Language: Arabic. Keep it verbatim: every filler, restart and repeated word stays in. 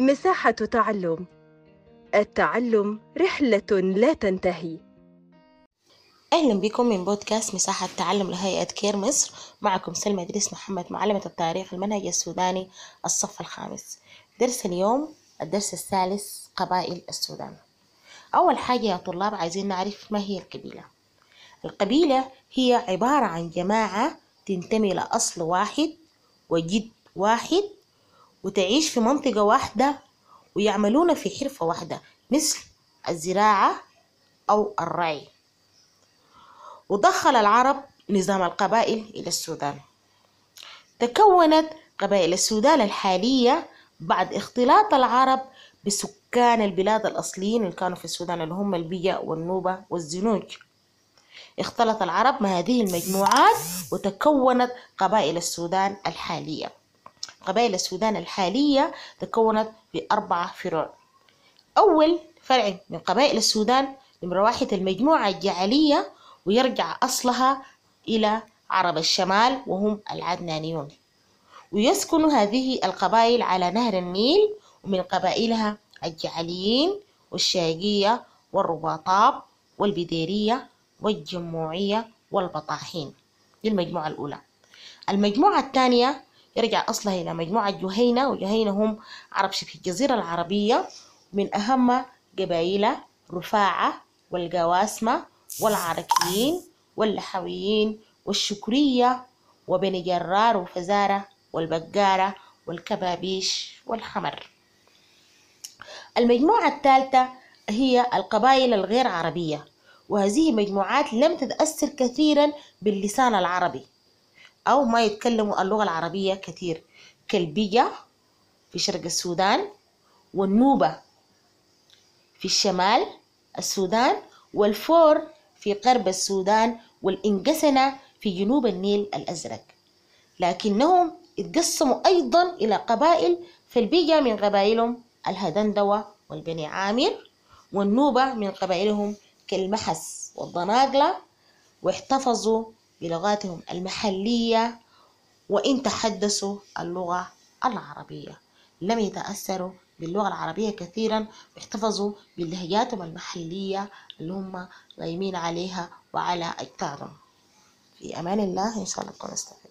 مساحة تعلم. التعلم رحلة لا تنتهي. أهلا بكم من بودكاست مساحة تعلم لهيئة كير مصر. معكم سلمى إدريس محمد، معلمة التاريخ المنهج السوداني الصف الخامس. درس اليوم الدرس الثالث، قبائل السودان. أول حاجة يا طلاب عايزين نعرف ما هي القبيلة. القبيلة هي عبارة عن جماعة تنتمي لأصل واحد وجد واحد وتعيش في منطقة واحدة ويعملون في حرفة واحدة مثل الزراعة أو الرعي. ودخل العرب نظام القبائل إلى السودان. تكونت قبائل السودان الحالية بعد اختلاط العرب بسكان البلاد الأصليين اللي كانوا في السودان اللي هم البيا والنوبة والزنوج. اختلط العرب مع هذه المجموعات وتكونت قبائل السودان الحالية. قبائل السودان الحالية تكونت بأربعة فروع. أول فرع من قبائل السودان نمرة واحد المجموعة الجعلية، ويرجع أصلها إلى عرب الشمال وهم العدنانيون، ويسكن هذه القبائل على نهر النيل، ومن قبائلها الجعليين والشاقية والرباطاب والبديرية والجموعية والبطاحين. دي المجموعة الأولى. المجموعة الثانية يرجع أصلها إلى مجموعة جهينة، وجهينة هم عرب شبه الجزيرة العربية، من أهم قبائل رفاعة والقواسمة والعركيين واللحويين والشكرية وبني جرار وفزارة والبقارة والكبابيش والحمر. المجموعة الثالثة هي القبائل الغير عربية، وهذه مجموعات لم تتأثر كثيرا باللسان العربي أو ما يتكلموا اللغة العربية كثير، كالبيا في شرق السودان، والنوبة في الشمال السودان، والفور في غرب السودان، والإنقسنة في جنوب النيل الأزرق. لكنهم اتقسموا أيضا إلى قبائل، فالبيا من قبائلهم الهدندوة والبني عامر، والنوبة من قبائلهم كالمحس والضناقلة، واحتفظوا بلغاتهم المحلية وإن تحدثوا اللغة العربية. لم يتأثروا باللغة العربية كثيرا، واحتفظوا بلهجاتهم المحلية اللي هم قايمين عليها وعلى أجدادهم. في أمان الله، إن شاء الله تكونوا استفدتوا.